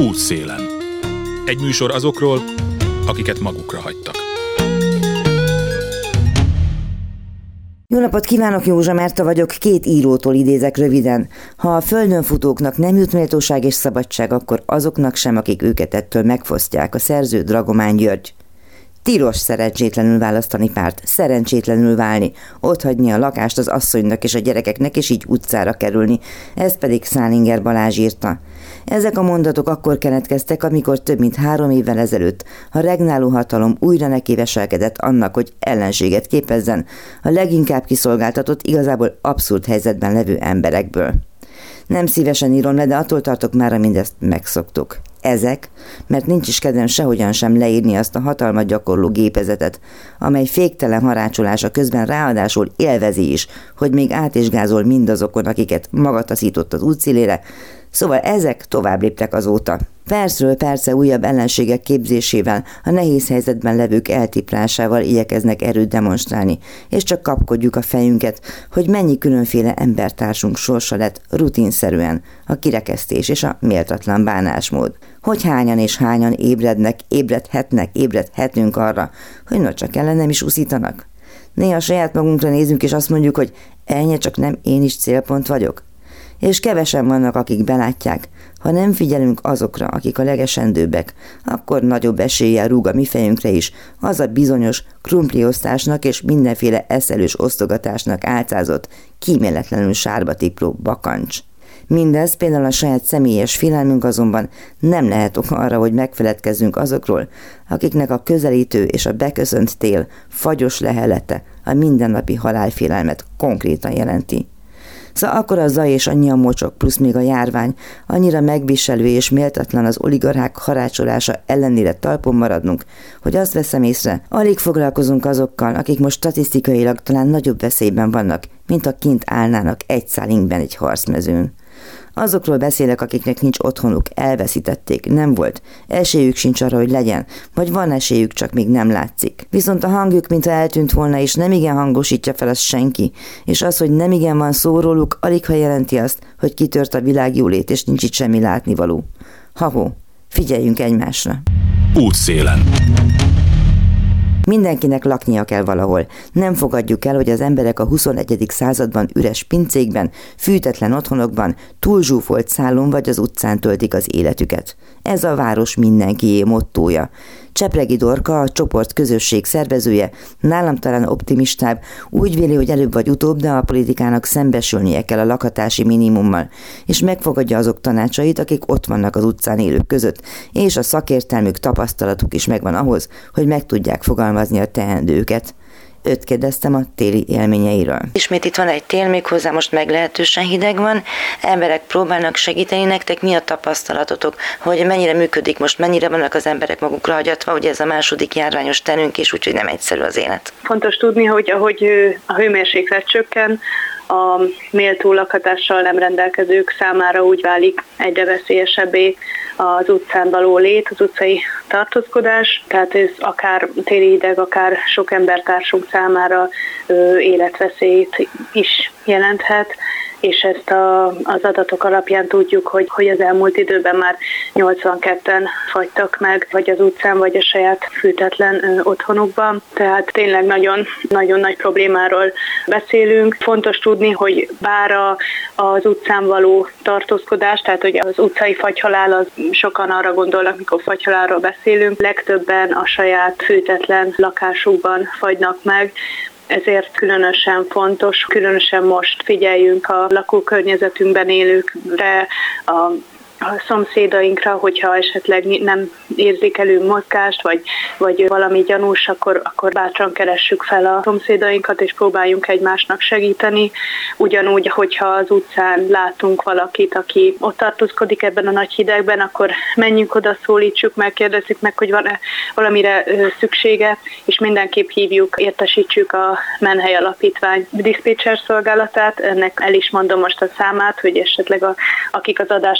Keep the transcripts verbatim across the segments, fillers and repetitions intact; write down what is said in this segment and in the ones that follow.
Útszélen. Egy műsor azokról, akiket magukra hagytak. Jó napot kívánok, Józsa Márta vagyok, két írótól idézek röviden. Ha a földön futóknak nem jut méltóság és szabadság, akkor azoknak sem, akik őket ettől megfosztják. A szerző Dragomán György. Tilos szerencsétlenül választani párt, szerencsétlenül válni, otthagyni a lakást az asszonynak és a gyerekeknek, és így utcára kerülni. Ezt pedig Szálinger Balázs írta. Ezek a mondatok akkor keletkeztek, amikor több mint három évvel ezelőtt a regnáló hatalom újra nekiveselkedett annak, hogy ellenséget képezzen a leginkább kiszolgáltatott, igazából abszurd helyzetben levő emberekből. Nem szívesen írom le, de attól tartok már, mindezt megszoktuk. Ezek, mert nincs is kedvem sehogyan sem leírni azt a hatalmat gyakorló gépezetet, amely féktelen harácsolása közben ráadásul élvezi is, hogy még át is gázol mindazokon, akiket maga taszított az útszélére. Szóval ezek tovább léptek azóta. Percről perce újabb ellenségek képzésével, a nehéz helyzetben levők eltiprásával igyekeznek erőt demonstrálni, és csak kapkodjuk a fejünket, hogy mennyi különféle embertársunk sorsa lett rutinszerűen a kirekesztés és a méltatlan bánásmód. Hogy hányan és hányan ébrednek, ébredhetnek, ébredhetünk arra, hogy no csak ellen nem is uszítanak. Néha saját magunkra nézünk és azt mondjuk, hogy ennyi, csak nem én is célpont vagyok. És kevesen vannak, akik belátják, ha nem figyelünk azokra, akik a legesendőbbek, akkor nagyobb eséllyel rúg a mi fejünkre is az a bizonyos krumpliosztásnak és mindenféle eszelős osztogatásnak álcázott, kíméletlenül sárba tipló bakancs. Mindez, például a saját személyes félelmünk azonban nem lehet ok arra, hogy megfeledkezzünk azokról, akiknek a közelítő és a beköszönt tél fagyos lehelete a mindennapi halálfélelmet konkrétan jelenti. Szóval akkor a zaj és annyi a mocsok, plusz még a járvány, annyira megviselő és méltatlan az oligarchák harácsolása ellenére talpon maradnunk, hogy azt veszem észre, alig foglalkozunk azokkal, akik most statisztikailag talán nagyobb veszélyben vannak, mint ha kint állnának egy szál inkben egy harcmezőn. Azokról beszélek, akiknek nincs otthonuk, elveszítették, nem volt, esélyük sincs arra, hogy legyen, vagy van esélyük, csak még nem látszik. Viszont a hangjuk, mintha eltűnt volna, és nem igen hangosítja fel azt senki, és az, hogy nem igen van szó róluk, aligha jelenti azt, hogy kitört a világ jólét, és nincs itt semmi látnivaló. Ha-ho, figyeljünk egymásra. Útszélen. Mindenkinek laknia kell valahol. Nem fogadjuk el, hogy az emberek a huszonegyedik században üres pincékben, fűtetlen otthonokban, túlzsúfolt szállón vagy az utcán töltik az életüket. Ez a város mindenkié mottója. Csepregi Dorka, a csoport közösség szervezője, nálam talán optimistább, úgy véli, hogy előbb vagy utóbb, de a politikának szembesülnie kell a lakhatási minimummal, és megfogadja azok tanácsait, akik ott vannak az utcán élők között, és a szakértelmük, tapasztalatuk is megvan ahhoz, hogy meg tudják fogalmazni a teendőket. Őt kérdeztem a téli élményeiről. Ismét itt van egy tél, méghozzá most meglehetősen hideg van, emberek próbálnak segíteni nektek, mi a tapasztalatotok, hogy mennyire működik most, mennyire vannak az emberek magukra hagyatva, hogy ez a második járványos tenünk, és úgyhogy nem egyszerű az élet. Fontos tudni, hogy ahogy a hőmérséklet csökken, a méltó lakhatással nem rendelkezők számára úgy válik egyre veszélyesebbé az utcán való lét, az utcai tartózkodás, tehát ez akár téli hideg, akár sok embertársunk számára ö, életveszélyt is jelenthet, és ezt a, az adatok alapján tudjuk, hogy, hogy az elmúlt időben már nyolcvanketten fagytak meg, vagy az utcán, vagy a saját fűtetlen ö, otthonukban. Tehát tényleg nagyon, nagyon nagy problémáról beszélünk. Fontos tudni, hogy bár a, az utcán való tartózkodás, tehát hogy az utcai fagyhalál, az sokan arra gondolnak, mikor fagyhalálról beszélünk, legtöbben a saját fűtetlen lakásukban fagynak meg, ezért különösen fontos, különösen most figyeljünk a lakókörnyezetünkben élőkre, a a szomszédainkra, hogyha esetleg nem érzékelünk mozgást, vagy, vagy valami gyanús, akkor, akkor bátran keressük fel a szomszédainkat, és próbáljunk egymásnak segíteni. Ugyanúgy, hogyha az utcán látunk valakit, aki ott tartózkodik ebben a nagy hidegben, akkor menjünk oda, szólítsuk meg, kérdezzük meg, hogy van-e valamire szüksége, és mindenképp hívjuk, értesítsük a Menhely Alapítvány diszpécser szolgálatát. Ennek el is mondom most a számát, hogy esetleg a, akik az adást hallgatják,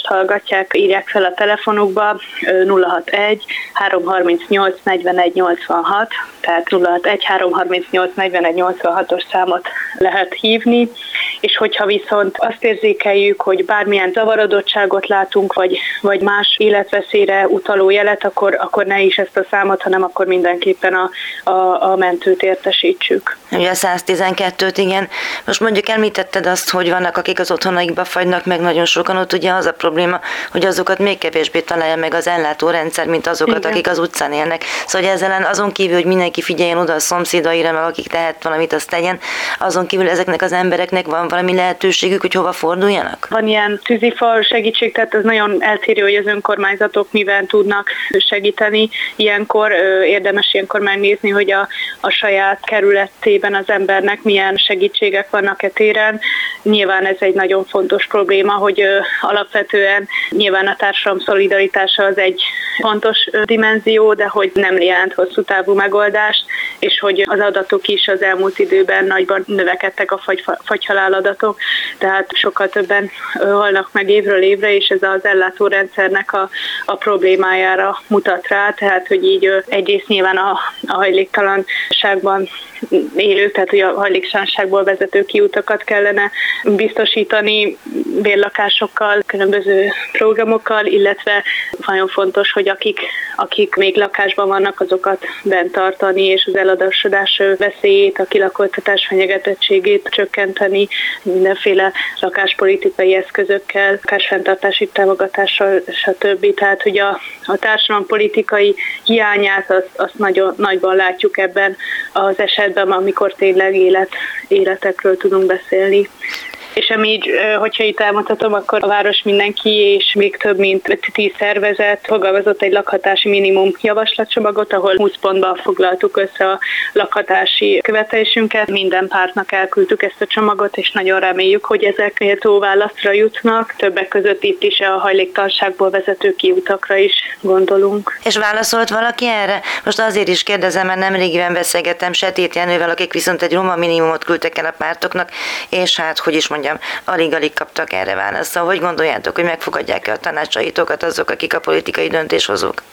hallgatják, írják fel a telefonukba nulla hatvanegy három harmincnyolc negyvenegy nyolcvanhat, tehát nulla hatvanegy három harmincnyolc negyvenegy nyolcvanhatos számot lehet hívni, és hogyha viszont azt érzékeljük, hogy bármilyen zavarodottságot látunk, vagy, vagy más életveszélyre utaló jelet, akkor, akkor ne is ezt a számot, hanem akkor mindenképpen a, a, a mentőt értesítsük. Ugye a száz tizenkettőt, igen. Most mondjuk említetted azt, hogy vannak, akik az otthonaikba fagynak meg nagyon sokan, ott ugye az a probléma, hogy azokat még kevésbé találja meg az ellátórendszer, mint azokat, igen, akik az utcán élnek. Szóval ezzel azon kívül, hogy mindenki figyeljen oda a szomszédaira, meg akik tehet valamit, azt tegyen, azon kívül ezeknek az embereknek van valami lehetőségük, hogy hova forduljanak? Van ilyen tűzifa segítség, tehát ez nagyon eltérő, hogy az önkormányzatok mivel tudnak segíteni. Ilyenkor érdemes ilyenkor megnézni, hogy a, a saját kerületében az embernek milyen segítségek vannak e téren. Nyilván ez egy nagyon fontos probléma, hogy alapvetően nyilván a társadalom szolidaritása az egy fontos dimenzió, de hogy nem jelent hosszú távú megoldást, és hogy az adatok is az elmúlt időben nagyban növekedtek, a fagy, fagyhalál adatok, tehát sokkal többen halnak meg évről évre, és ez az ellátórendszernek a, a problémájára mutat rá, tehát hogy így egyrészt nyilván a, a hajléktalanságban élők, tehát hogy a hajléktalanságból vezető kiutakat kellene biztosítani bérlakásokkal, különböző programokkal, illetve nagyon fontos, hogy akik, akik még lakásban vannak, azokat bent tartani, és az eladósodás veszélyét, a kilakoltatás fenyegetettségét csökkenteni mindenféle lakáspolitikai eszközökkel, lakásfenntartási támogatással, stb. Tehát, hogy a, a társadalompolitikai hiányát azt, azt nagyon nagyban látjuk ebben az esetben, amikor tényleg élet, életekről tudunk beszélni. És amíg, hogyha itt elmondhatom, akkor a város mindenki és még több mint tíz szervezet fogalmazott egy lakhatási minimum javaslatcsomagot, ahol húsz pontban foglaltuk össze a lakhatási követelésünket. Minden pártnak elküldtük ezt a csomagot, és nagyon reméljük, hogy ezek méltó válaszra jutnak. Többek között itt is a hajléktalanságból vezető kiutakra is gondolunk. És válaszolt valaki erre? Most azért is kérdezem, mert nemrégiben beszélgettem Setét Jenővel, akik viszont egy roma minimumot küldtek el a pártoknak, és hát, hogy is mondjam, alig-alig kaptak erre választ. Szóval hogy gondoljátok, hogy megfogadják-e a tanácsaitokat azok, akik a politikai döntéshozók?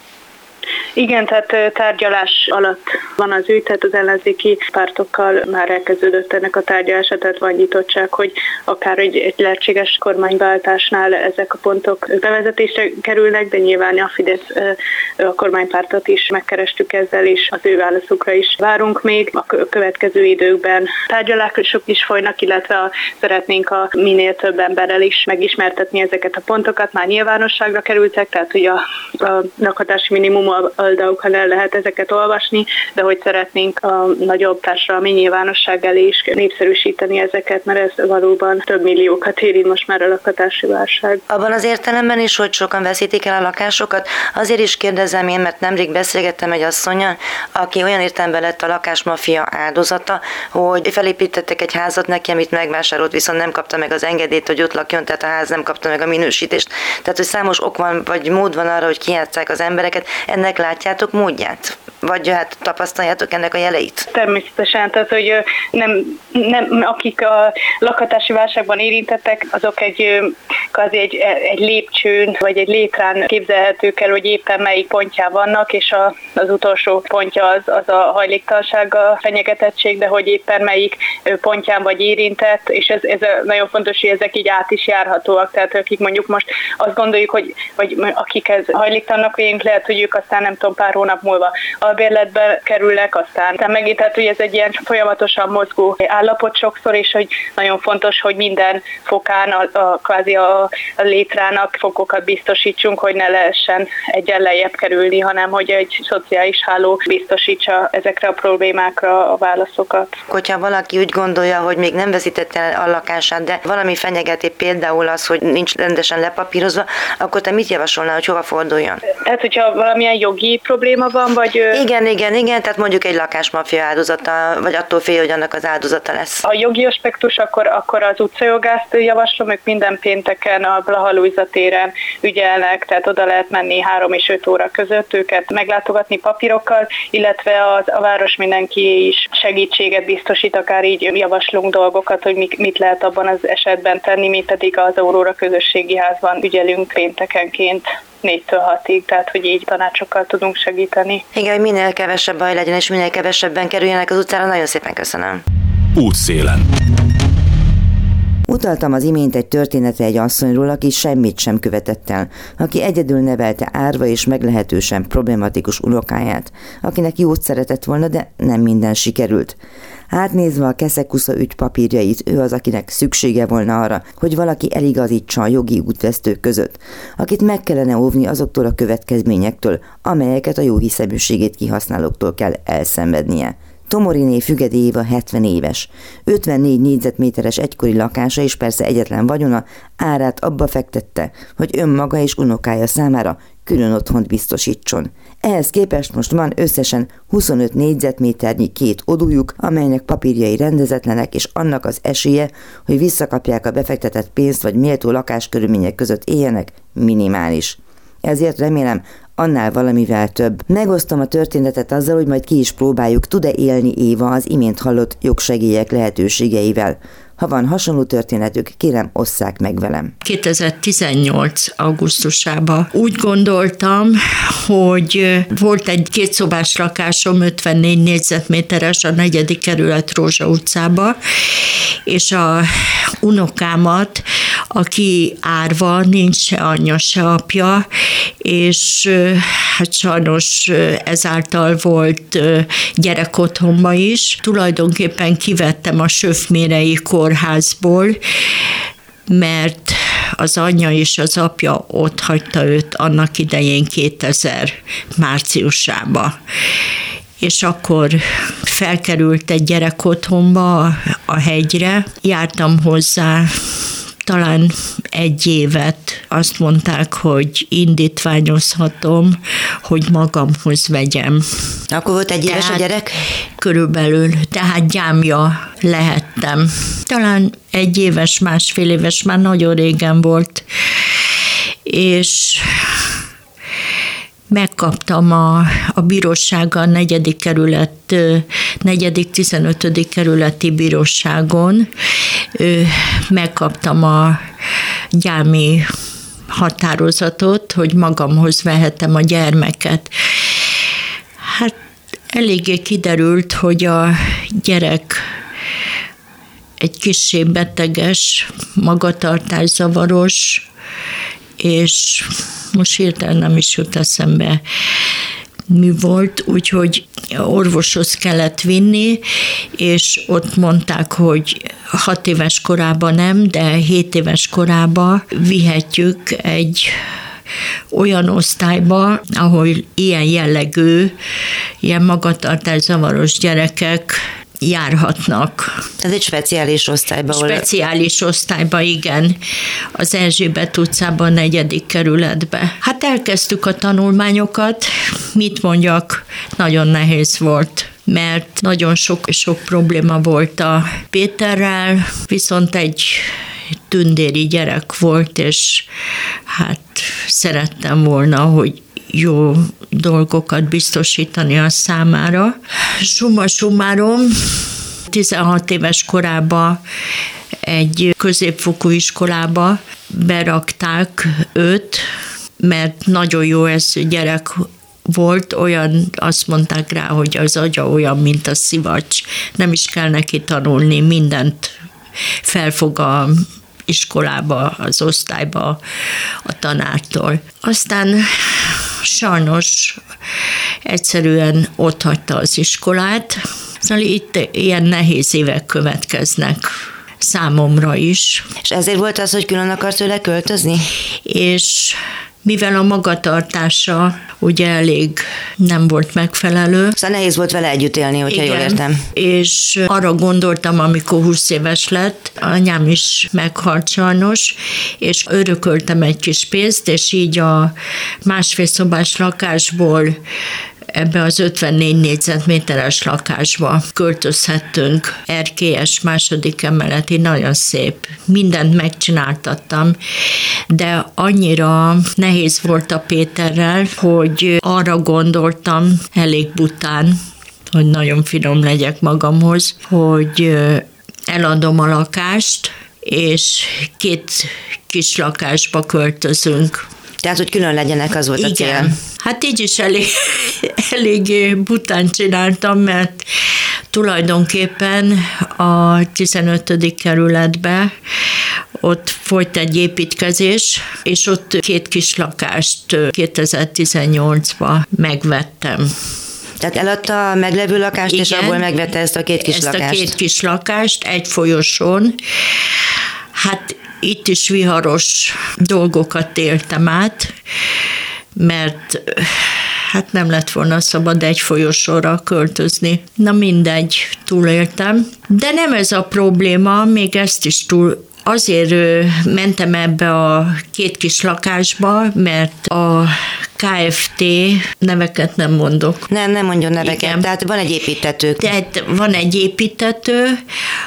Igen, tehát tárgyalás alatt van az ügy, tehát az ellenzéki pártokkal már elkezdődött ennek a tárgyalása, tehát van nyitottság, hogy akár egy, egy lehetséges kormányváltásnál ezek a pontok bevezetésre kerülnek, de nyilván a Fidesz a kormánypártot is megkerestük ezzel, és az ő válaszukra is várunk még. A következő időkben tárgyalások is folynak, illetve a, szeretnénk a minél több emberrel is megismertetni ezeket a pontokat, már nyilvánosságra kerültek, tehát hogy a, a lakhatási minimum oldalukon el lehet ezeket olvasni, de hogy szeretnénk a nagyobb társadalmi nyilvánosság elé is népszerűsíteni ezeket, mert ez valóban több milliókat érint most már a lakhatási válság. Abban az értelemben is, hogy sokan veszítik el a lakásokat, azért is kérdezem én, mert nemrég beszélgettem egy asszonnyal, aki olyan értelemben lett a lakásmafia áldozata, hogy felépítettek egy házat neki, amit megvásárolt, viszont nem kapta meg az engedélyt, hogy ott lakjon, tehát a ház nem kapta meg a minősítést. Tehát, hogy számos ok van, vagy mód van arra, hogy kijátsszák az embereket. Ennek látjátok módját? Vagy hát tapasztaljátok ennek a jeleit? Természetesen, tehát hogy nem, nem, akik a lakhatási válságban érintettek, azok egy, kvázi egy, egy lépcsőn, vagy egy létrán képzelhetők el, hogy éppen melyik pontján vannak, és a, az utolsó pontja az, az a hajléktalanság, a fenyegetettség, de hogy éppen melyik pontján vagy érintett, és ez, ez nagyon fontos, hogy ezek így át is járhatóak, tehát akik mondjuk most azt gondoljuk, hogy vagy akikhez hajléktalannak végünk, lehet, hogy ők aztán nem tudom, pár hónap múlva albérletbe kerülnek, aztán, aztán megint, tehát, hogy ez egy ilyen folyamatosan mozgó állapot sokszor, és hogy nagyon fontos, hogy minden fokán a, a kvázi a, a létrának fokokat biztosítsunk, hogy ne lehessen egyen lejjebb kerülni, hanem hogy egy szociális háló biztosítsa ezekre a problémákra a válaszokat. Hogyha valaki úgy gondolja, hogy még nem veszítette el a lakását, de valami fenyegeti, például az, hogy nincs rendesen lepapírozva, akkor te mit javasolnál, hogy hova forduljon? Tehát, hogyha valamilyen jogi probléma van, vagy... Igen, igen, igen, tehát mondjuk egy lakásmafia áldozata, vagy attól fél, hogy annak az áldozata lesz. A jogi aspektus, akkor, akkor az utcajogást javaslom, ők minden pénteken a Blaha Lujza téren ügyelnek, tehát oda lehet menni három és öt óra között őket meglátogatni papírokkal, illetve az, a város mindenki is segítséget biztosít, akár így javaslunk dolgokat, hogy mit lehet abban az esetben tenni, mi pedig az Aurora közösségi házban ügyelünk péntekenként négytől hatig, tehát hogy így tanácsokkal tudunk segíteni. Igen, hogy minél kevesebb baj legyen, és minél kevesebben kerüljenek az utcára, nagyon szépen köszönöm. Útszélen. Utaltam az imént egy történetre egy asszonyról, aki semmit sem követett el, aki egyedül nevelte árva és meglehetősen problematikus unokáját, akinek jót szeretett volna, de nem minden sikerült. Átnézve a Keszekusza ügy papírjait, ő az, akinek szüksége volna arra, hogy valaki eligazítsa a jogi útvesztők között, akit meg kellene óvni azoktól a következményektől, amelyeket a jó hiszeműségét kihasználóktól kell elszenvednie. Tomoriné Fügedi Éva hetven éves, ötvennégy négyzetméteres egykori lakása és persze egyetlen vagyona árát abba fektette, hogy önmaga és unokája számára külön otthont biztosítson. Ehhez képest most van összesen huszonöt négyzetméternyi két odújuk, amelynek papírjai rendezetlenek, és annak az esélye, hogy visszakapják a befektetett pénzt vagy méltó lakáskörülmények között éljenek, minimális. Ezért remélem, annál valamivel több. Megosztom a történetet azzal, hogy majd ki is próbáljuk, tud-e élni Éva az imént hallott jogsegélyek lehetőségeivel. Ha van hasonló történetük, kérem, osszák meg velem. kétezer-tizennyolc augusztusában úgy gondoltam, hogy volt egy kétszobás lakásom, ötvennégy négyzetméteres a negyedik kerület Rózsa utcába, és a unokámat, aki árva, nincs se anyja, se apja, és hát sajnos ezáltal volt gyerekotthonba is. Tulajdonképpen kivettem a Söfmérei kórházból, mert az anyja és az apja ott hagyta őt annak idején kétezer márciusába. És akkor felkerült egy gyerekotthonba a hegyre, jártam hozzá, talán egy évet azt mondták, hogy indítványozhatom, hogy magamhoz vegyem. Akkor volt egy éves tehát, a gyerek? Körülbelül, tehát gyámja lehettem. Talán egy éves, másfél éves, már nagyon régen volt, és megkaptam a, a bírósága, a negyedik kerület, negyedik tizenötödik kerületi bíróságon, megkaptam a gyámi határozatot, hogy magamhoz vehetem a gyermeket. Hát eléggé kiderült, hogy a gyerek egy kissé beteges, magatartászavaros, és most hirtelen nem is jut eszembe, mi volt, úgyhogy orvoshoz kellett vinni, és ott mondták, hogy hat éves korában nem, de hét éves korában vihetjük egy olyan osztályba, ahol ilyen jellegű, ilyen magatartászavaros gyerekek járhatnak. Ez egy speciális osztályba. Speciális osztályba, igen. Az Erzsébet utcában, negyedik kerületbe. Hát elkezdtük a tanulmányokat, mit mondjak, nagyon nehéz volt, mert nagyon sok, sok probléma volt a Péterrel, viszont egy tündéri gyerek volt, és hát szerettem volna, hogy jó dolgokat biztosítani a számára. Summa summarum, tizenhat éves korában egy középfokú iskolába berakták őt, mert nagyon jó ez gyerek volt, olyan, azt mondták rá, hogy az agya olyan, mint a szivacs, nem is kell neki tanulni, mindent felfog a iskolába, az osztályba a tanártól. Aztán sajnos egyszerűen ott hagyta az iskolát, szóval itt ilyen nehéz évek következnek számomra is. És ezért volt az, hogy külön akart tőle költözni? És mivel a magatartása ugye elég nem volt megfelelő. Szóval nehéz volt vele együtt élni, hogyha igen, jól értem. És arra gondoltam, amikor húsz éves lett, anyám is meghalt sajnos, és örököltem egy kis pénzt, és így a másfél szobás lakásból ebbe az ötvennégy négyzetméteres lakásba költözhettünk, erkélyes második emeleti, nagyon szép. Mindent megcsináltattam, de annyira nehéz volt a Péterrel, hogy arra gondoltam elég bután, hogy nagyon finom legyek magamhoz, hogy eladom a lakást, és két kis lakásba költözünk. Tehát, hogy külön legyenek, az volt a cél. Igen. Hát így is elég, elég bután csináltam, mert tulajdonképpen a tizenötödik kerületbe ott folyt egy építkezés, és ott két kis lakást kétezer-tizennyolcban megvettem. Tehát eladta a meglevő lakást, igen, és abból megvette ezt a két kis ezt lakást. Ezt a két kis lakást egy folyosón. Hát itt is viharos dolgokat éltem át, mert hát nem lett volna szabad egy folyosóra költözni. Na mindegy, túléltem. De nem ez a probléma, még ezt is túl azért mentem ebbe a két kis lakásba, mert a ká ef té, neveket nem mondok. Nem, nem mondjon neveket, igen. Tehát van egy építtető. Tehát van egy építtető,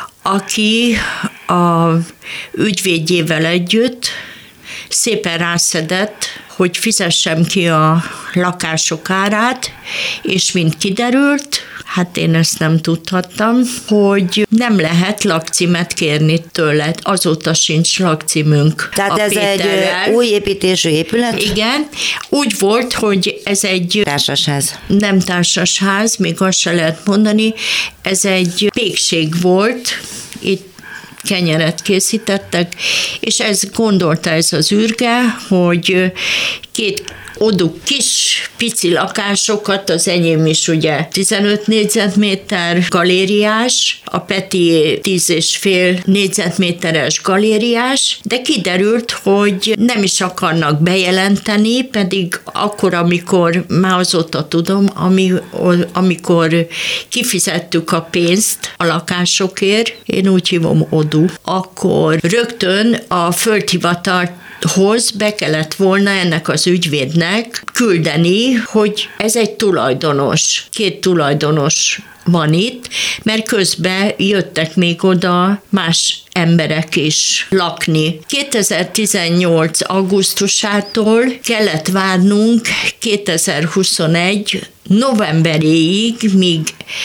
aki a ügyvédjével együtt szépen rászedett, hogy fizessem ki a lakások árát, és mint kiderült, hát én ezt nem tudhattam, hogy nem lehet lakcímet kérni tőle. Azóta sincs lakcímünk. Tehát ez Péterrel. Egy új építésű épület? Igen. Úgy volt, hogy ez egy... Társasház. Nem társasház, még azt se lehet mondani. Ez egy pékség volt, itt kenyeret készítettek, és ez gondolta ez az űrge, hogy két oduk kis pici lakásokat, az enyém is ugye tizenöt négyzetméter galériás, a Peti tíz és fél négyzetméteres galériás, de kiderült, hogy nem is akarnak bejelenteni, pedig akkor, amikor, már azóta tudom, ami, amikor kifizettük a pénzt a lakásokért, én úgy hívom Odu, akkor rögtön a földhivatalt hoz be kellett volna ennek az ügyvédnek küldeni, hogy ez egy tulajdonos, két tulajdonos van itt, mert közben jöttek még oda más emberek is lakni. kétezer-tizennyolc augusztusától kellett várnunk kétezer-huszonegy novemberéig, míg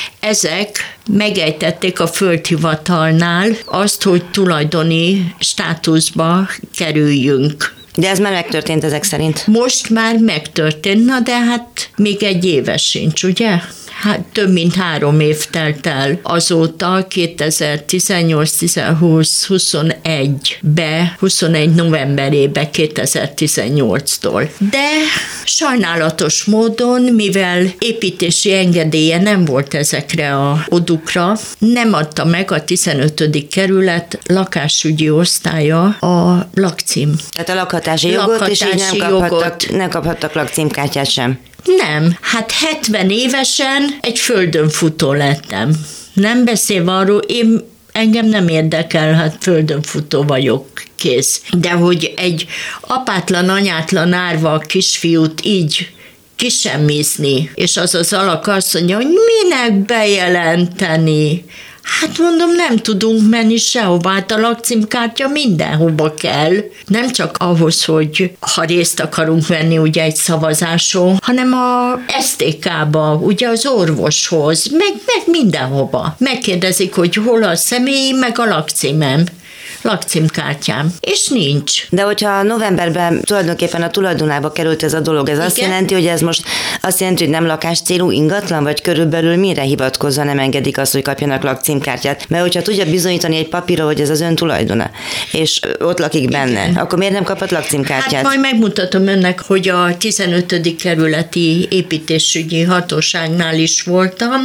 ezek megejtették a földhivatalnál azt, hogy tulajdoni státuszba kerüljünk. De ez már megtörtént ezek szerint? Most már megtörtént, na de hát még egy éves sincs, ugye? Hát több mint három év telt el azóta, kétezer-tizennyolc, tizenhúsz, huszonegy-be, huszonegy novemberébe kétezer-tizennyolctól. De sajnálatos módon, mivel építési engedélye nem volt ezekre a odukra, nem adta meg a tizenötödik kerület lakásügyi osztálya a lakcím. Tehát a lakhatási jogot, lakhatási és így nem kaphattak, nem kaphattak lakcímkártyát sem. Nem, hát hetven évesen egy földön futó lettem. Nem beszélve arról, én, engem nem érdekel, hát földön futó vagyok, kész. De hogy egy apátlan, anyátlan árva kisfiút így kisemmizni, és az az alak azt mondja, hogy minek bejelenteni? Hát mondom, nem tudunk menni sehová, hát a lakcímkártya mindenhova kell. Nem csak ahhoz, hogy ha részt akarunk venni ugye egy szavazáson, hanem a es té ká-ba, ugye az orvoshoz, meg, meg mindenhova. Megkérdezik, hogy hol a személy, meg a lakcímem. lakcímkártyám, és nincs. De hogyha novemberben tulajdonképpen a tulajdonába került ez a dolog, ez igen? Azt jelenti, hogy ez most azt jelenti, hogy nem lakáscélú ingatlan, vagy körülbelül mire hivatkozva nem engedik azt, hogy kapjanak lakcímkártyát? Mert hogyha tudja bizonyítani egy papírra, hogy ez az ön tulajdona, és ott lakik benne, igen, akkor miért nem kapott lakcímkártyát? Hát majd megmutatom önnek, hogy a tizenötödik kerületi építésügyi hatóságnál is voltam,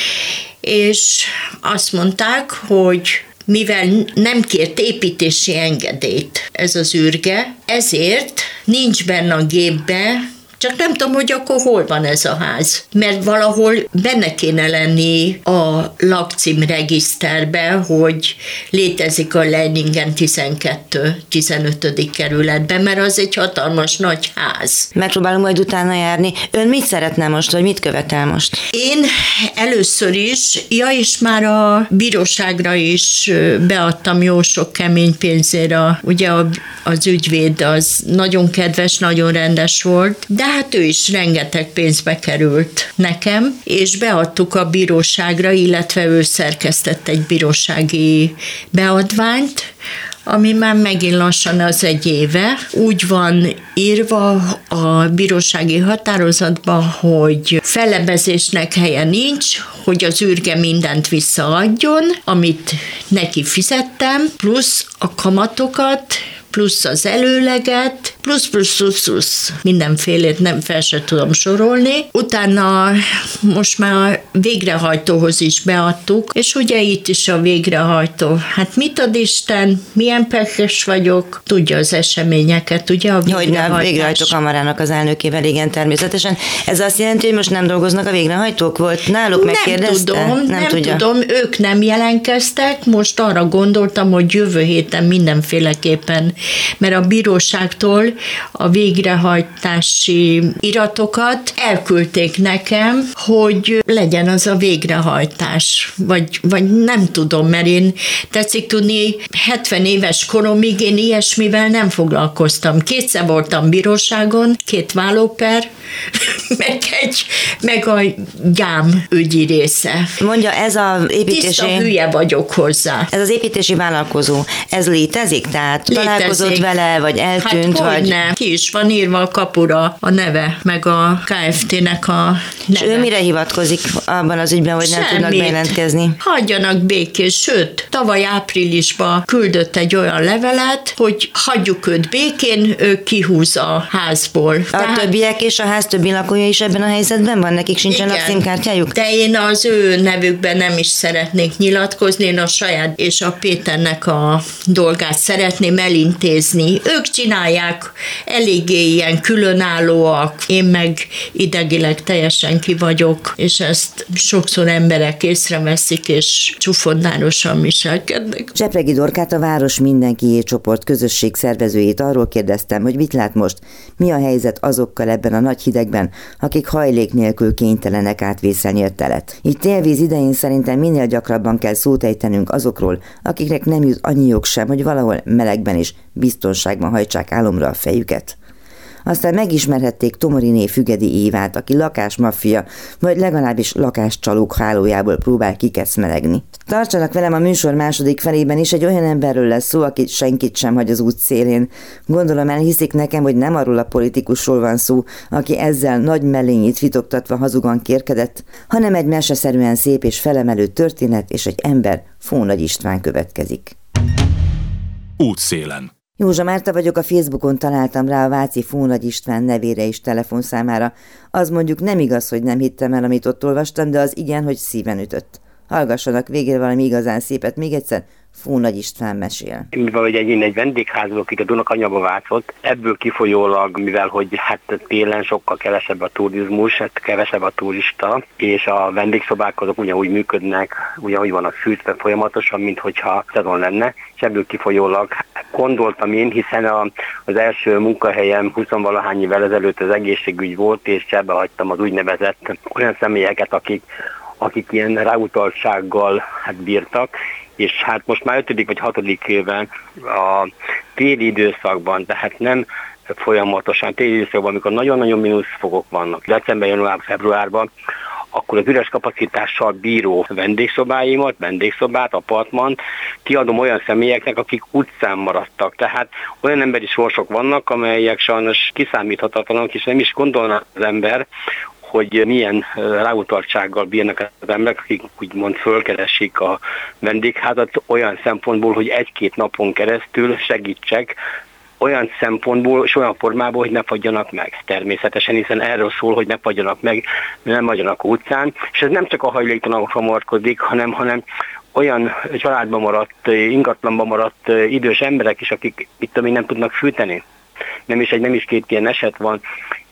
és azt mondták, hogy mivel nem kért építési engedélyt ez az űrge, ezért nincs benne a gépbe Csak nem tudom, hogy akkor hol van ez a ház. Mert valahol benne kéne lenni a lakcím regiszterbe, hogy létezik a Leiningen tizenkettő tizenötödik kerületben, mert az egy hatalmas nagy ház. Megpróbálunk majd utána járni. Ön mit szeretne most, vagy mit követel most? Én először is, ja, és már a bíróságra is beadtam jó sok kemény pénzére. Ugye az ügyvéd az nagyon kedves, nagyon rendes volt, de hát ő is rengeteg pénzbe került nekem, és beadtuk a bíróságra, illetve ő szerkesztett egy bírósági beadványt, ami már megint lassan az egy éve. Úgy van írva a bírósági határozatban, hogy fellebezésnek helye nincs, hogy az űrge mindent visszaadjon, amit neki fizettem, plusz a kamatokat, plusz az előleget, plusz, plusz, plusz, plusz, mindenfélét nem fel se tudom sorolni. Utána most már a végrehajtóhoz is beadtuk, és ugye itt is a végrehajtó. Hát mit ad Isten, milyen pekes vagyok, tudja az eseményeket, ugye a végrehajtás. Hogy a végrehajtó kamarának az elnökével, igen, természetesen. Ez azt jelenti, hogy most nem dolgoznak a végrehajtók? Volt náluk, megkérdezte? Nem tudom, nem, nem tudja. tudom, ők nem jelentkeztek, most arra gondoltam, hogy jövő héten mindenféleképpen, mert a bíróságtól a végrehajtási iratokat elküldték nekem, hogy legyen az a végrehajtás, vagy, vagy nem tudom, mert én tetszik tudni, hetven éves koromig én ilyesmivel nem foglalkoztam. Kétszer voltam bíróságon, két vállóper, meg, egy, meg a gyám ügyi része. Mondja, ez az építési... Tiszta hülye vagyok hozzá. Ez az építési vállalkozó, ez létezik? Tehát Létezik. Találkozott vele, vagy eltűnt? Hát vagy... nem. Ki is van írva a kapura a neve, meg a ká ef té-nek a neve. És ő mire hivatkozik abban az ügyben, hogy nem Semmit. tudnak bejelentkezni? Hagyjanak békés, sőt, tavaly áprilisban küldött egy olyan levelet, hogy hagyjuk őt békén, ő kihúz a házból. A Tehát... többiek és a ház többi lakója is ebben a helyzetben van? Nekik sincsen lakcímkártyájuk? De én az ő nevükben nem is szeretnék nyilatkozni, én a saját és a Péternek a dolgát szeretném elintézni. Ők csinálják, eléggé ilyen különállóak, én meg idegileg teljesen ki vagyok, és ezt sokszor emberek észreveszik, és csúfondárosan viselkednek. Zsepregi Dorkát, a Város Mindenkié csoport közösség szervezőjét arról kérdeztem, hogy mit lát most, mi a helyzet azokkal ebben a nagy hidegben, akik hajlék nélkül kénytelenek átvészelni a telet. Így télvíz idején szerintem minél gyakrabban kell szót ejtenünk azokról, akiknek nem jut annyi jog sem, hogy valahol melegben és biztonságban hajtsák álomra a fejüket. Aztán megismerhették Tomoriné Fügedi Évát, aki lakásmaffia, vagy legalábbis lakáscsalók hálójából próbál kikeszmelegni. Tartsanak velem a műsor második felében is, egy olyan emberről lesz szó, aki senkit sem hagy az út szélén. Gondolom elhiszik nekem, hogy nem arról a politikusról van szó, aki ezzel nagy mellényét fitoktatva hazugan kérkedett, hanem egy meseszerűen szép és felemelő történet, és egy ember, Fónagy István következik. Útszélen. Józsa Márta vagyok, a Facebookon találtam rá a Váci Fónagy István nevére és telefonszámára. Az mondjuk nem igaz, hogy nem hittem el, amit ott olvastam, de az igen, hogy szíven ütött. Hallgassanak végre valami igazán szépet még egyszer, Fónagy István mesél. Mivel hogy egy, egy vendégházból, akik a Dunakanyaba Vácot, ebből kifolyólag, mivel hogy hát télen sokkal kevesebb a turizmus, hát kevesebb a turista, és a vendégszobák azok ugyanúgy működnek, ugyanúgy vannak fűtve folyamatosan, mint hogyha szezon lenne, és ebből kifolyólag gondoltam én, hiszen a, az első munkahelyem huszonvalahány évvel ezelőtt az egészségügy volt, és cserbe hagytam az úgynevezett olyan személyeket, akik akik ilyen ráutaltsággal hát bírtak, és hát most már ötödik vagy hatodik éven a téli időszakban, tehát nem folyamatosan téli időszakban, amikor nagyon-nagyon mínuszfokok vannak, december, január, februárban, akkor az üres kapacitással bíró vendégszobáimat, vendégszobát, apartmant kiadom olyan személyeknek, akik utcán maradtak. Tehát olyan emberi sorsok vannak, amelyek sajnos kiszámíthatatlanok, és nem is gondolna az ember, hogy milyen ráutaltsággal bírnak az emberek, akik úgymond fölkeresik a vendégházat olyan szempontból, hogy egy-két napon keresztül segítsek, olyan szempontból és olyan formából, hogy ne fagyjanak meg. Természetesen, hiszen erről szól, hogy ne fagyjanak meg, nem fagyjanak utcán, és ez nem csak a hajléktalanokra vonatkozik, hanem, hanem olyan családban maradt, ingatlanban maradt idős emberek is, akik itt még nem tudnak fűteni. Nem is egy, nem is két ilyen eset van,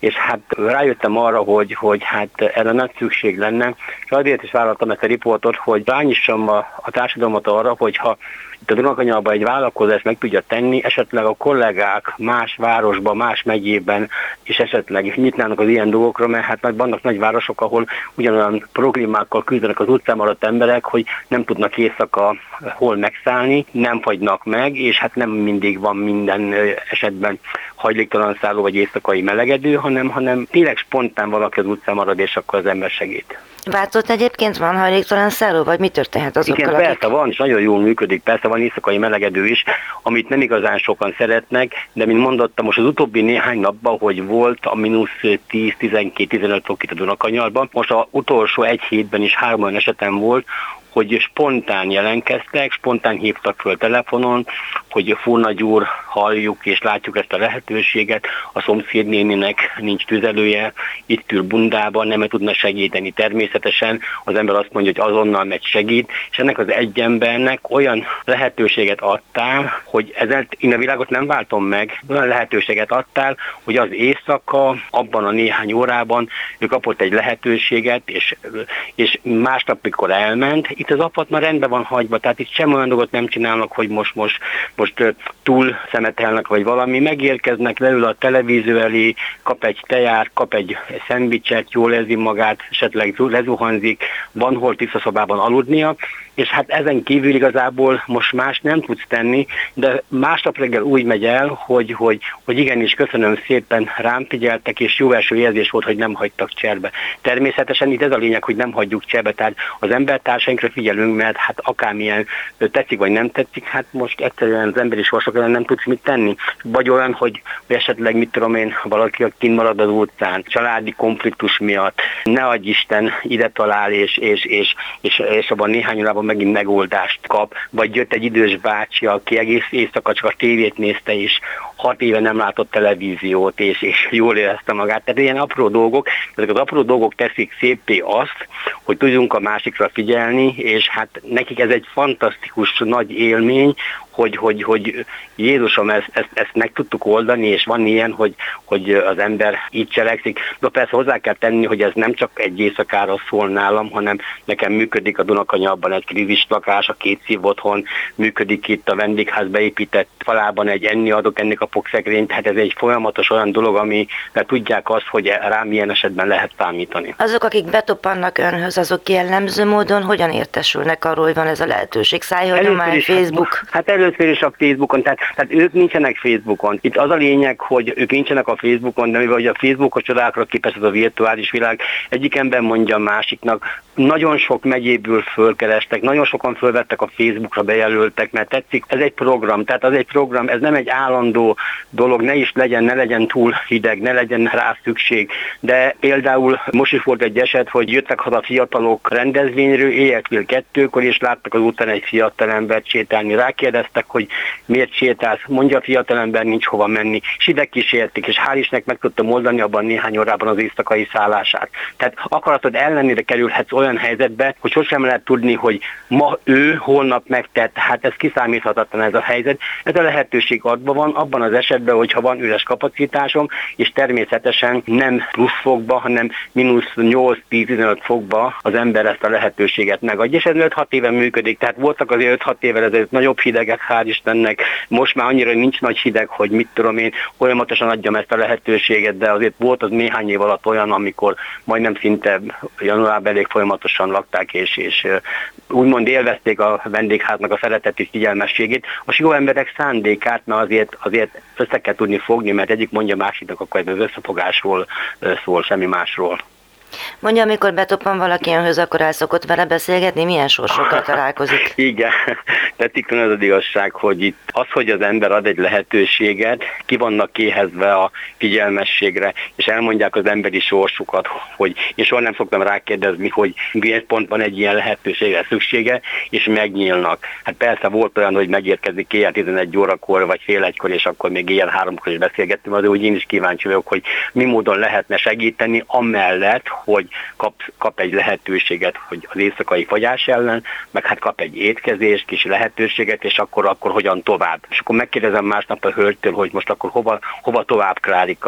és hát rájöttem arra, hogy, hogy hát erre nagy szükség lenne, és azért is vállaltam ezt a riportot, hogy rányissam a, a társadalmat arra, hogyha itt a Dunakanyarban egy vállalkozás meg tudja tenni, esetleg a kollégák más városban, más megyében is esetleg nyitnának az ilyen dolgokra, mert hát meg vannak nagy városok, ahol ugyanolyan problémákkal küzdenek az utcán maradt emberek, hogy nem tudnak éjszaka hol megszállni, nem fagynak meg, és hát nem mindig van minden esetben hajléktalan szálló vagy éjszakai melegedő, hanem, hanem tényleg spontán valaki az utcán marad, és akkor az ember segít. Váltott egyébként van hajléktalan szálló, vagy mi történhet azokkal? Igen, persze van, és nagyon jól működik, persze van éjszakai melegedő is, amit nem igazán sokan szeretnek, de mint mondottam, most az utóbbi néhány napban, hogy volt a mínusz tíz, tizenkét, tizenöt fok itt a Dunakanyarban, most az utolsó egy hétben is három olyan esetem volt, hogy spontán jelentkeztek, spontán hívtak föl telefonon, hogy Furnagy úr, halljuk és látjuk ezt a lehetőséget, a szomszédnéninek nincs tüzelője, itt ül Bundában, nem tudna segíteni. Természetesen az ember azt mondja, hogy azonnal megy segít, és ennek az egy embernek olyan lehetőséget adtál, hogy ezzel én a világot nem váltom meg, olyan lehetőséget adtál, hogy az éjszaka, abban a néhány órában ő kapott egy lehetőséget, és, és másnap, mikor elment, itt az apat már rendben van hagyva, tehát itt sem olyan dolgot nem csinálnak, hogy most, most, most túl szemetelnek, vagy valami, megérkeznek, leül a televízió elé, kap egy teját, kap egy szendvicset, jól érzi magát, esetleg lezuhanzik, van hol tiszta szobában aludnia, és hát ezen kívül igazából most más nem tudsz tenni, de másnap reggel úgy megy el, hogy, hogy, hogy igenis köszönöm szépen, rám figyeltek, és jó első érzés volt, hogy nem hagytak cserbe. Természetesen itt ez a lényeg, hogy nem hagyjuk cserbe, tehát az embertársainkra figyelünk, mert hát akármilyen tetszik vagy nem tetszik, hát most egyszerűen az emberi sorsok ellen nem tudsz mit tenni. Vagy olyan, hogy esetleg mit tudom én, valaki kint marad az utcán, családi konfliktus miatt, ne adj Isten, ide talál, és, és, és, és, és abban néhány órában megint megoldást kap, vagy jött egy idős bácsi, aki egész éjszaka csak a tévét nézte, és hat éve nem látott televíziót, és, és jól érezte magát. Tehát ilyen apró dolgok, ezek az apró dolgok teszik szépé azt, hogy tudjunk a másikra figyelni, és hát nekik ez egy fantasztikus nagy élmény, hogy, hogy, hogy Jézusom, ezt, ezt, ezt meg tudtuk oldani, és van ilyen, hogy, hogy az ember így cselekszik. De persze hozzá kell tenni, hogy ez nem csak egy éjszakára szól nálam, hanem nekem működik a Dunakanyarban egy krízis lakás, a két szív otthon, működik itt a vendégház beépített falában egy enni adok, enni kapok szekrény, tehát ez egy folyamatos olyan dolog, ami tudják azt, hogy rám ilyen esetben lehet számítani. Azok, akik betoppannak önhöz, azok jellemző módon hogyan értesülnek arról, hogy van ez a lehetőség? Szájhagyomány, Facebook? Hát, hát először is a Facebookon, tehát, tehát ők nincsenek Facebookon. Itt az a lényeg, hogy ők nincsenek a Facebookon, de mivel a Facebookos csodákra képes ez a virtuális világ, egyik ember mondja a másiknak, nagyon sok megyéből fölkerestek, nagyon sokan fölvettek a Facebookra, bejelöltek, mert tetszik, ez egy program, tehát az egy program, ez nem egy állandó dolog, ne is legyen, ne legyen túl hideg, ne legyen rá szükség, de például most is volt egy eset, hogy jöttek haza fiatalok rendezvényről, éjjel fél kettőkor, és láttak az után egy fiatalembert sétálni, rákérdeztek, hogy miért sétálsz, mondja a fiatalember, nincs hova menni, és ide kísérték, és hál' Istennek meg tudtam oldani abban néhány órában az éjszakai szállását. Tehát akaratod ellenére kerülhetsz olyan helyzetbe, hogy sosem lehet tudni, hogy ma ő, holnap megtett, hát ez kiszámíthatatlan ez a helyzet. Ez a lehetőség adva van, abban az esetben, hogyha van üres kapacitásom, és természetesen nem plusz fokba, hanem mínusz nyolc-tíz-tizenöt fokba az ember ezt a lehetőséget megadja. És ez öt-hat éve működik, tehát voltak azért öt-hat évvel ezelőtt nagyobb hidegek, hál' Istennek, most már annyira nincs nagy hideg, hogy mit tudom én, folyamatosan adjam ezt a lehetőséget, de azért volt az néhány év alatt olyan, amikor majdnem szinte januárban elég folyamatosan lakták, és, és úgymond élvezték a vendégháznak a szereteti figyelmességét, a jó emberek szándékát, mert azért, azért össze kell tudni fogni, mert egyik mondja másiknak, akkor ez az összefogásról szól, semmi másról. Mondja, amikor betoppan valaki önhöz, akkor el szokott vele beszélgetni? Milyen sorsokkal találkozik? Igen, tetszik az az igazság, hogy itt az, hogy az ember ad egy lehetőséget, ki vannak kéhezve a figyelmességre, és elmondják az emberi sorsukat, hogy én soha nem szoktam rákérdezni, hogy miért pont van egy ilyen lehetőségre szüksége, és megnyílnak. Hát persze volt olyan, hogy megérkezik éjjel tizenegy órakor, vagy fél egykor, és akkor még éjjel háromkor is beszélgettünk, azért úgy én is kíváncsi vagyok, hogy mi módon lehetne segíteni, amellett, hogy kap, kap egy lehetőséget, hogy az éjszakai fagyás ellen, meg hát kap egy étkezést, kis lehetőséget, és akkor, akkor hogyan tovább. És akkor megkérdezem másnap a hölgytől, hogy most akkor hova, hova tovább, Klárika.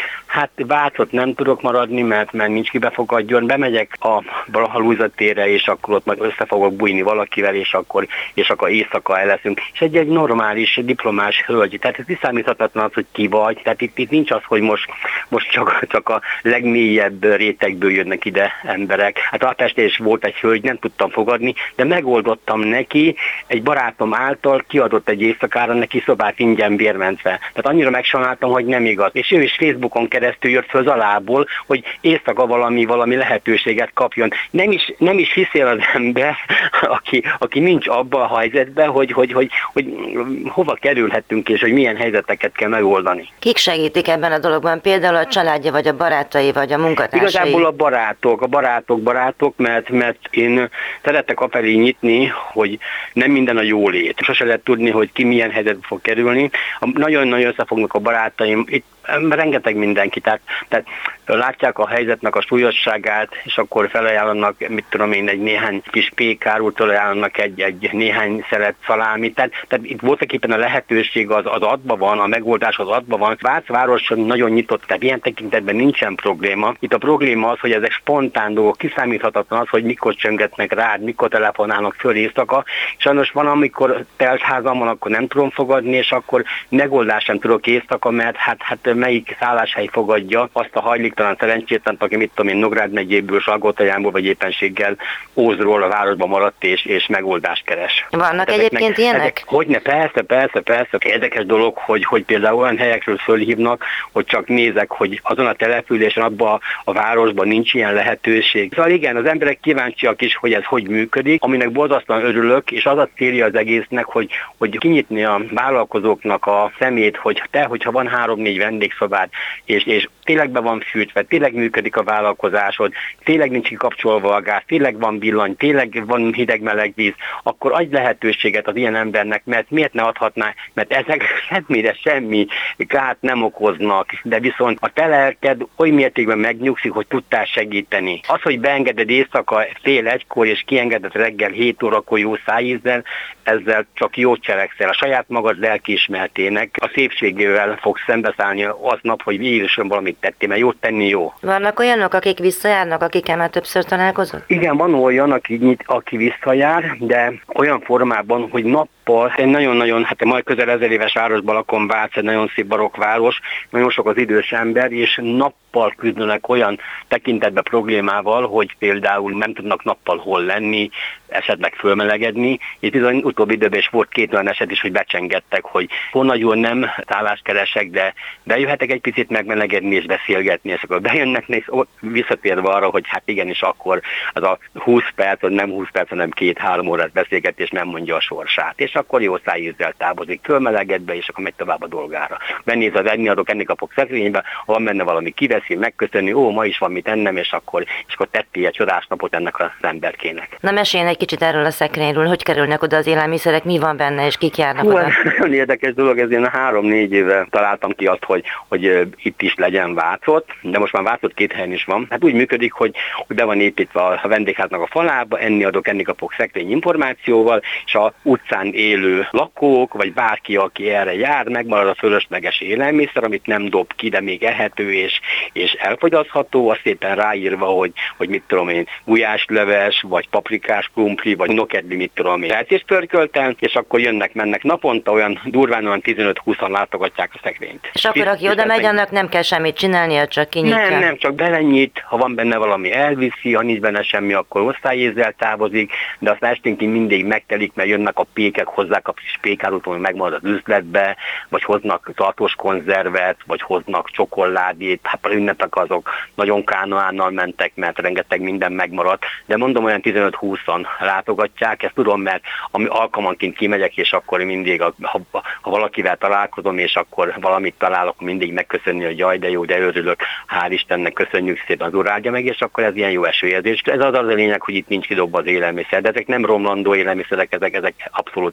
hát Vácot nem tudok maradni, mert, mert nincs ki befogadjon, bemegyek a Blaha térre, és akkor ott majd össze fogok bújni valakivel, és akkor, és akkor éjszaka el leszünk. És egy, egy normális, diplomás hölgy, tehát ez kiszámíthatatlan az, hogy ki vagy, tehát itt, itt nincs az, hogy most, most csak, csak a legmélyebb rétegből jönnek ide emberek. Hát a Pesten is volt egy hölgy, nem tudtam fogadni, de megoldottam neki, egy barátom által kiadott egy éjszakára neki szobát ingyen bérmentve. Tehát annyira megsajnáltam, hogy nem igaz. És ő is Facebookon keresztül jött föl az alából, hogy éjszaka valami, valami lehetőséget kapjon. Nem is, nem is hiszél az ember, aki, aki nincs abban a helyzetben, hogy, hogy, hogy, hogy hova kerülhetünk, és hogy milyen helyzeteket kell megoldani. Kik segítik ebben a dologban? Például a családja, vagy a barátai, vagy a munkatársai? Igazából a barátok, a barátok, barátok, mert, mert én szeretek afelé nyitni, hogy nem minden a jólét. Sose lehet tudni, hogy ki milyen helyzetbe fog kerülni. Nagyon-nagyon összefognak a barátaim. Itt rengeteg mindenki, tehát, tehát látják a helyzetnek a súlyosságát, és akkor felajánlanak, mit tudom én, egy néhány kis pékárútól ajánlanak egy, egy néhány szelet szalámit. Tehát, tehát itt voltak éppen a lehetőség az, az adva van, a megoldás az adva van. Vác város nagyon nyitott, tehát ilyen tekintetben nincsen probléma. Itt a probléma az, hogy ezek spontán dolgok, kiszámíthatatlan az, hogy mikor csöngetnek rád, mikor telefonálnak föl éjszaka. Sajnos van, amikor teltházam van, akkor nem tudom fogadni, és akkor megoldás sem tudok éjszaka, mert hát, hát melyik szálláshely fogadja azt a hajléktalan szerencsétlent, aki mit tudom én, Nógrád megyéből, Salgótarjánból vagy éppenséggel Ózról a városban maradt és, és megoldást keres. Vannak hát egyébként ezeknek, ilyenek? Ezek, hogyne, persze, persze, persze. Érdekes dolog, hogy, hogy például olyan helyekről fölhívnak, hogy csak nézek, hogy azon a településen, abban a, a városban nincs ilyen lehetőség. Szóval igen, az emberek kíváncsiak is, hogy ez hogy működik, aminek borzasztóan örülök, és az a célja az egésznek, hogy, hogy kinyitni a vállalkozóknak a szemét, hogy te, hogyha van három-négy vendégszobád, és, és tényleg be van fűtve, tényleg működik a vállalkozásod, tényleg nincs kikapcsolva a gáz, tényleg van villany, tényleg van hideg-meleg víz, akkor adj lehetőséget az ilyen embernek, mert miért ne adhatná, mert ezek semmire semmi kárt nem okoznak, de viszont a te lelked oly mértékben megnyugszik, hogy tudtál segíteni. Az, hogy beengeded éjszaka fél egykor, és kiengeded reggel hét órakor jó szájízzel, ezzel csak jót cselekszel. A saját magad lelkiismertének a szépségével fogsz szembeszállni aznap, hogy végül valamit tettél, mert jót tenni jó. Vannak olyanok, akik visszajárnak, akikkel már többször találkozott? Igen, van olyan, aki, aki visszajár, de olyan formában, hogy nappal, egy nagyon-nagyon, hát majd közel ezer éves városban lakom, Vác, egy nagyon szép barokk-város, nagyon sok az idős ember, és nappal küzdenek olyan tekintetben problémával, hogy például nem tudnak nappal hol lenni, esetleg fölmelegedni, és bizony utóbbi időben is volt két olyan eset is, hogy becsengettek, hogy honnan nem szállást keresek, de bejöhetek egy picit megmelegedni és beszélgetni, és akkor bejönnek, és visszatérve arra, hogy hát igenis akkor az a húsz perc, nem húsz perc, hanem két-három órás beszélgetés nem mondja a sorsát, és akkor jó szájízzel távozik, fölmelegedve, és akkor megy tovább a dolgára. Benéz az enni adok, enni kapok szekrénybe, ha van benne valami, kiveszi, megköszönni, ó, ma is van mit ennem, és akkor, és akkor tettél egy csodás napot ennek az emberkének. Na mesélj egy kicsit erről a szekrényről, hogy kerülnek oda az élelmiszerek, mi van benne, és kik járnak Hú, oda? Nagyon érdekes dolog, ez én három-négy éve találtam ki azt, hogy, hogy itt is legyen Vácot, de most már Vácot két helyen is van. Hát úgy működik, hogy, hogy be van építve a vendégháznak a falába, enni adok, enni kapok szekrény információval, és a utcán élő lakók, vagy bárki, aki erre jár, megmarad a fölösleges élelmiszer, amit nem dob ki, de még ehető és, és elfogyasztható, azt szépen ráírva, hogy, hogy mit tudom én, gulyásleves, vagy paprikás krumpli, vagy nokedli, mit tudom én, eltést pörkölten, és akkor jönnek-mennek naponta, olyan durván olyan tizenöt-húszan látogatják a szekrényt. És akkor aki oda megy, annak nem kell semmit csinálnia, csak kinyitja? Nem, nem, csak belenyit, ha van benne valami elviszi, ha nincs benne semmi, akkor osztályézzel távozik, de azt esténként mindig megtelik, mert jönnek a pékek, hozzák a kis pékárút, ami megmarad az üzletbe, vagy hoznak tartós konzervet, vagy hoznak csokoládét, hát az ünnepek azok nagyon kánoánnal mentek, mert rengeteg minden megmaradt, de mondom, olyan tizenöt-húszan látogatják, ezt tudom, mert ami alkalmanként kimegyek, és akkor mindig, ha, ha valakivel találkozom, és akkor valamit találok, mindig megköszönni, hogy jaj, de jó, de örülök, hál' Istennek, köszönjük szépen, az Úr áldja meg, és akkor ez ilyen jó esőérzés. Ez az az a lényeg, hogy itt nincs kidobva az élelmiszer, de ezek nem romlandó élelmiszerek, ezek, ezek abszolút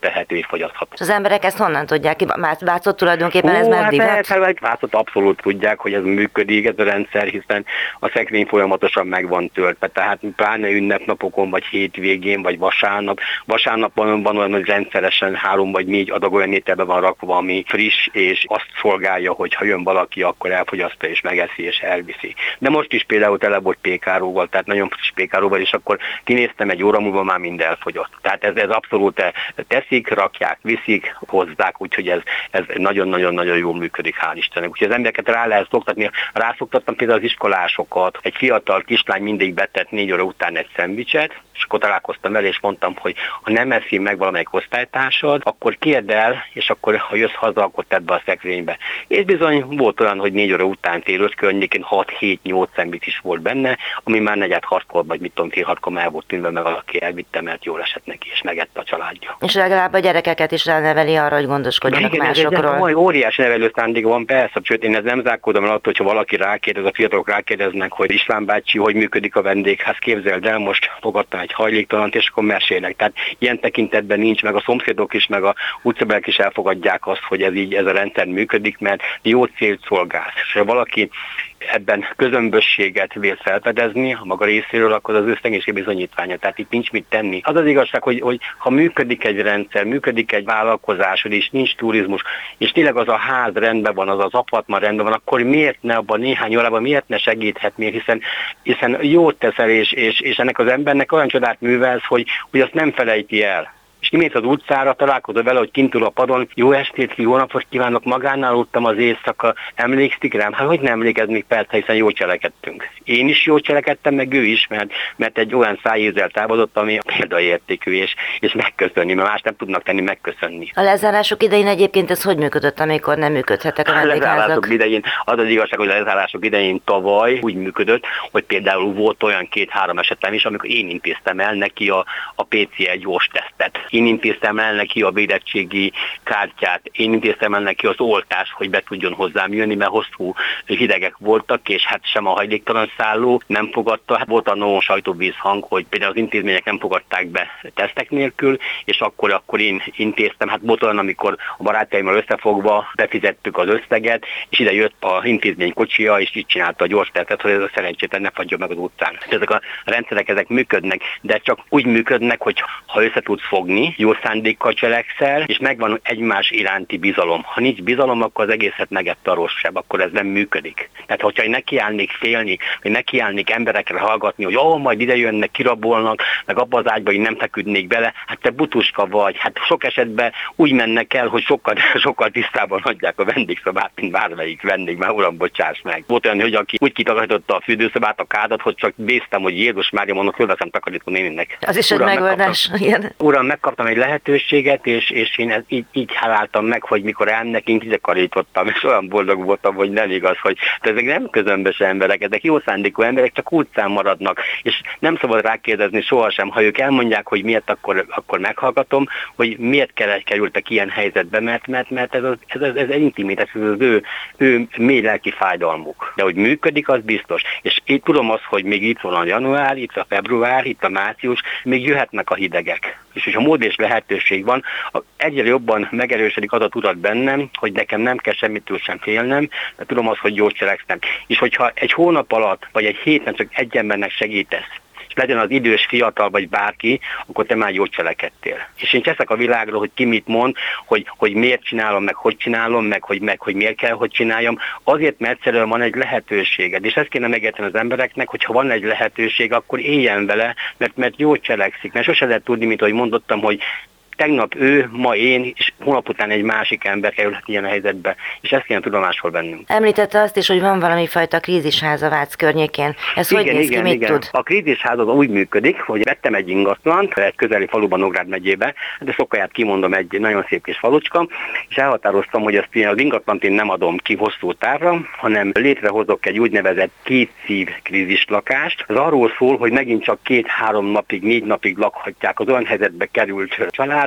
tehető és fogyasztható. Az emberek ezt honnan tudják? Vácott tulajdonképpen ez már divat? Hát Vácott abszolút tudják, hogy ez működik, ez a rendszer, hiszen a szekrény folyamatosan meg van töltve. Tehát pláne ünnepnapokon, vagy hétvégén, vagy vasárnap. Vasárnapon van olyan, hogy rendszeresen három vagy négy adag olyan ételbe van rakva, ami friss, és azt szolgálja, hogy ha jön valaki, akkor elfogyasztja és megeszi és elviszi. De most is például tele volt pékáróval, tehát nagyon friss pékáróval, és akkor kinéztem, egy óra múlva már mind elfogyott. Tehát ez, ez abszolút teszik, rakják, viszik, hozzák, úgyhogy ez, ez nagyon-nagyon-nagyon jól működik, hál' Istennek. Úgyhogy az embereket rá lehet szoktatni. Rászoktattam például az iskolásokat. Egy fiatal kislány mindig betett négy óra után egy szendvicset, és akkor találkoztam vele, és mondtam, hogy ha nem eszi meg valamelyik osztálytársad, akkor kérd el, és akkor ha jössz haza, akkor tedd be a szekrénybe. És bizony volt olyan, hogy négy óra után fél öt környékén hat hét nyolc szendvics is volt benne, ami már negyed hatkor, vagy mit tudom, fél hatkor el volt tűnve, meg valaki elvitte, mert jól esett neki, és megette a családja. És legalább a gyerekeket is ráneveli arra, hogy gondoskodjanak igen, másokról. Ez óriási nevelő szándék van, persze, sőt, én ez nem zárkódom el attól, hogyha valaki rákérdez, a fiatalok rákérdeznek, hogy István bácsi, hogy működik a vendégház, képzeld el, most fogadtam egy hajléktalant, és akkor mesélnek. Tehát ilyen tekintetben nincs, meg a szomszédok is, meg a utcabelek is elfogadják azt, hogy ez így, ez a rendszer működik, mert jó célt szolgál. És ha valaki ebben közömbösséget vél felfedezni a maga részéről, akkor az ő szegénység bizonyítványa. Tehát itt nincs mit tenni. Az az igazság, hogy, hogy ha működik egy rendszer, működik egy vállalkozás, és nincs turizmus, és tényleg az a ház rendben van, az az apartman rendben van, akkor miért ne abban néhány órában, miért ne segíthetnél, hiszen, hiszen jót teszel, és, és, és ennek az embernek olyan csodát művelsz, hogy, hogy azt nem felejti el. És kimész az utcára, találkozol vele, hogy kint ül a padon, jó estét, jó napot kívánok, magánál aludtam az éjszaka, emlékszik rám? Hát hogy nem emlékeznék, persze, hiszen jól cselekedtünk. Én is jól cselekedtem, meg ő is, mert, mert egy olyan szájézzel távozott, ami példaértékű, és, és megköszönni, mert más nem tudnak tenni, megköszönni. A lezárások idején egyébként ez hogy működött, amikor nem működhettek a vendégházak? A lezárások idején, az az igazság, hogy a lezárások idején tavaly úgy működött, hogy például volt olyan két-három esetem is, amikor én intéztem el neki a, a pé cé egy gyors tesztet. Én intéztem el neki a védettségi kártyát, én intéztem el neki az oltást, hogy be tudjon hozzám jönni, mert hosszú hidegek voltak, és hát sem a hajléktalan szálló nem fogadta. Hát volt a no sajtóvízhang, hogy például az intézmények nem fogadták be tesztek nélkül, és akkor, akkor én intéztem. Hát volt olyan, amikor a barátaimmal összefogva befizettük az összeget, és ide jött az intézmény kocsija, és így csinálta a gyors tesztet, hogy ez a szerencsétlen ne fagyjon meg az utcán. Ezek a rendszerek, ezek működnek, de csak úgy működnek, hogy ha össze tudsz fogni, jó szándékkal cselekszel, és megvan egymás iránti bizalom. Ha nincs bizalom, akkor az egészet megette a rosszabb, akkor ez nem működik. Tehát, hogyha én nekiállnék félni, vagy nekiállnék emberekre hallgatni, hogy ó, majd ide jönnek, kirabolnak, meg abba az ágyba én nem feküdnék bele, hát te butuska vagy. Hát sok esetben úgy mennek el, hogy sokkal, sokkal tisztában adják a vendégszobát, mint bármelyik vendég, már uram, bocsáss meg. Volt olyan hölgy, aki úgy kitakarította a fürdőszobát, a kádat, hogy csak béztem, hogy Jézus Mária, mondok, fölveszem takarító néninek. Az is egy megoldás. Uram, megkaptam egy lehetőséget, és, és én így, így háláltam meg, hogy mikor elmennek, én kizakarítottam, és olyan boldog voltam, hogy nem igaz, hogy ezek nem közömbös emberek, ezek jó szándékú emberek, csak utcán maradnak, és nem szabad rákérdezni sohasem, ha ők elmondják, hogy miért, akkor, akkor meghallgatom, hogy miért kerültek ilyen helyzetbe, mert, mert, mert ez, az, ez, ez, ez intimitás, ez az ő, ő mély lelki fájdalmuk. De hogy működik, az biztos. És én tudom azt, hogy még itt van a január, itt a február, itt a március, még jöhetnek a hidegek. És hogyha mód és lehetőség van, egyre jobban megerősödik az a tudat bennem, hogy nekem nem kell semmitől sem félnem, mert tudom azt, hogy jól cselekszem. És hogyha egy hónap alatt, vagy egy héten csak egy embernek segítesz, és legyen az idős, fiatal, vagy bárki, akkor te már jól cselekedtél. És én cseszek a világról, hogy ki mit mond, hogy, hogy miért csinálom, meg hogy csinálom, meg hogy, meg hogy miért kell, hogy csináljam. Azért, mert egyszerűen van egy lehetőséged. És ezt kéne megérteni az embereknek, hogy ha van egy lehetőség, akkor éljen vele, mert, mert jól cselekszik. Mert sose lehet tudni, mint ahogy mondottam, hogy tegnap ő, ma én, és hónap után egy másik ember kerülhet ilyen a helyzetbe, és ezt kéne tudomásul vennünk. Említette azt is, hogy van valami fajta krízisház a Vác környékén. Ez igen, hogy néz igen, ki, mit igen. tud? A krízisház az úgy működik, hogy vettem egy ingatlant, egy közeli faluban, Nógrád megyébe, de Szokaját kimondom, egy nagyon szép kis falucska, és elhatároztam, hogy ezt az ingatlant én nem adom ki hosszú távra, hanem létrehozok egy úgynevezett két szív krízislakást. Ez arról szól, hogy megint csak két-három napig, négy napig lakhatják az olyan helyzetbe került család,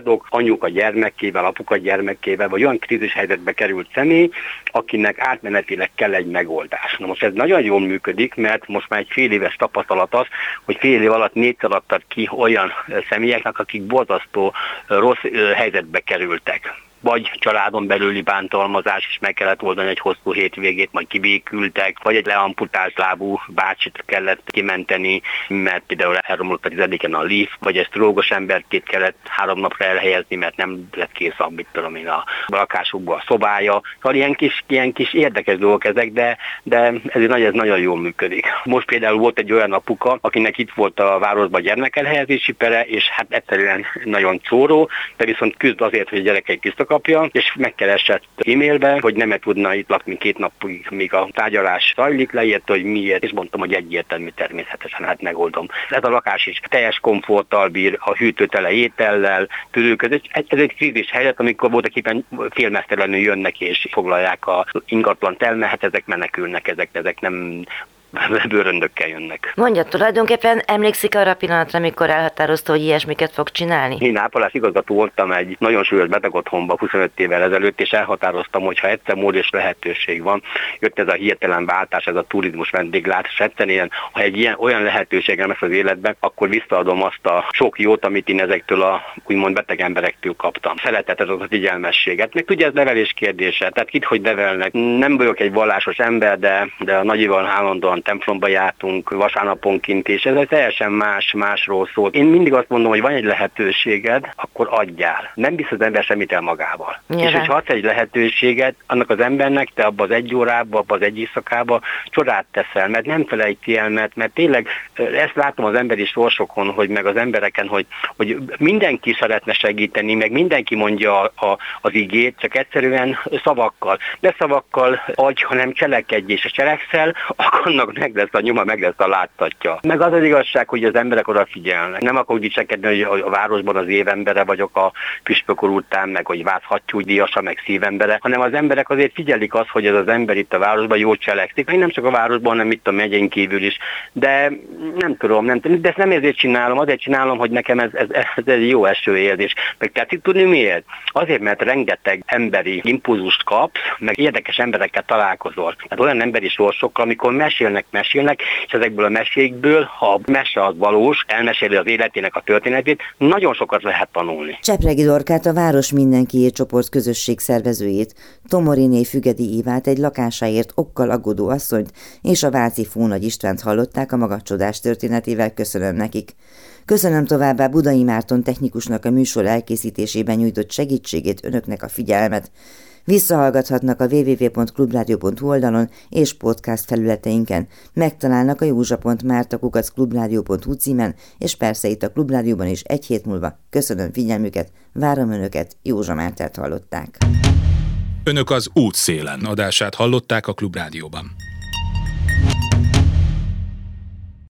családok, anyuka gyermekével, apuka gyermekével, vagy olyan krízis helyzetbe került személy, akinek átmenetileg kell egy megoldás. Na most ez nagyon jól működik, mert most már egy fél éves tapasztalat az, hogy fél év alatt négyszer adtak ki olyan személyeknek, akik borzasztó rossz helyzetbe kerültek. Vagy családon belüli bántalmazás is meg kellett oldani egy hosszú hétvégét, majd kibékültek, vagy egy leamputált lábú bácsit kellett kimenteni, mert például elromlott a tizediken a lift, vagy egy trógos emberkét kellett három napra elhelyezni, mert nem lett kész a, mit tudom én, a lakásukba a szobája. Szóval ilyen kis, ilyen kis érdekes dolgok ezek, de, de ez, ez nagyon jól működik. Most például volt egy olyan apuka, akinek itt volt a városban gyermekelhelyezési pere, és hát egyszerűen nagyon csóró, de viszont küzd azért, hogy a gyerekei kapja, és megkeresett e-mailbe, hogy nem tudna itt lakni két napig, míg a tárgyalás zajlik, leírta, hogy miért, és mondtam, hogy egyértelmű, természetesen, hát megoldom. Ez a lakás is teljes komforttal bír, a hűtőtele étellel, tűrőköz. Ez, ez egy krízis helyzet, amikor voltak éppen félmeztelenül jönnek és foglalják a ingatlant el, mert ezek menekülnek, ezek, ezek nem bőröndökkel jönnek. Mondja, tulajdonképpen emlékszik arra a pillanatra, amikor elhatározta, hogy ilyesmiket fog csinálni? Én ápolás igazgató voltam egy nagyon súlyos betegotthonban huszonöt évvel ezelőtt, és elhatároztam, hogy ha egyszer mód és lehetőség van, jött ez a hirtelen váltás, ez a turizmus vendéglátás, egyszerűen, ha egy ilyen, olyan lehetőségem lesz az életben, akkor visszaadom azt a sok jót, amit én ezektől a úgymond beteg emberektől kaptam. Szeretetet, az a figyelmességet. Meg tudja, ez nevelés kérdése. Tehát kit, hogy nevelnek. Nem vagyok egy vallásos ember, de, de a nagyival állandóan templomba jártunk vasárnaponként, és ez egy teljesen más, másról szól. Én mindig azt mondom, hogy van egy lehetőséged, akkor adjál. Nem visz az ember semmit el magával. Nyilván. És hogyha adsz egy lehetőséget, annak az embernek, te abba az egy órába, abba az egy éjszakába csodát teszel, mert nem felejti el, mert, mert tényleg ezt látom az emberi sorsokon, hogy meg az embereken, hogy, hogy mindenki szeretne segíteni, meg mindenki mondja a, a, az igét, csak egyszerűen szavakkal. De szavakkal adj, hanem cselekedj, és ha cselekszel, akkor meg lesz a nyoma, meg lesz a láttatja. Meg az az igazság, hogy az emberek odafigyelnek. Nem akarok dicsekedni, hogy a városban az évembere vagyok a püspök úr után, meg hogy Vász hattyúdíjasa, meg szívembere, hanem az emberek azért figyelik azt, hogy ez az ember itt a városban jól cselekszik. Én nem csak a városban, hanem itt a megyén kívül is. De nem tudom, nem tudom, de ezt nem ezért csinálom, azért csinálom, hogy nekem ez, ez, ez egy jó esőérzés. Meg tetszik tudni miért? Azért, mert rengeteg emberi impulzust kapsz, meg érdekes emberekkel találkozol. Tehát olyan emberi sorsokkal, amikor mesélnek, mesélnek, és ezekből a mesékből, ha a mese az valós, elmeséli az életének a történetét, nagyon sokat lehet tanulni. Csepregi Dorkát, a Város Mindenkié csoport közösség szervezőjét, Tomoriné Fügedi Évát, egy lakásáért okkal aggódó asszonyt, és a váci Fónagy Istvánt hallották a maga csodás történetével, köszönöm nekik. Köszönöm továbbá Budai Márton technikusnak a műsor elkészítésében nyújtott segítségét, önöknek a figyelmet. Visszahallgathatnak a double-u double-u double-u pont klubrádió pont hu oldalon és podcast felületeinken. Megtalálnak a józsa pont márta kukac klubrádió pont hu címen, és persze itt a Klubrádióban is egy hét múlva. Köszönöm figyelmüket, várom önöket, Józsa Mártát hallották. Önök az Útszélen adását hallották a Klubrádióban.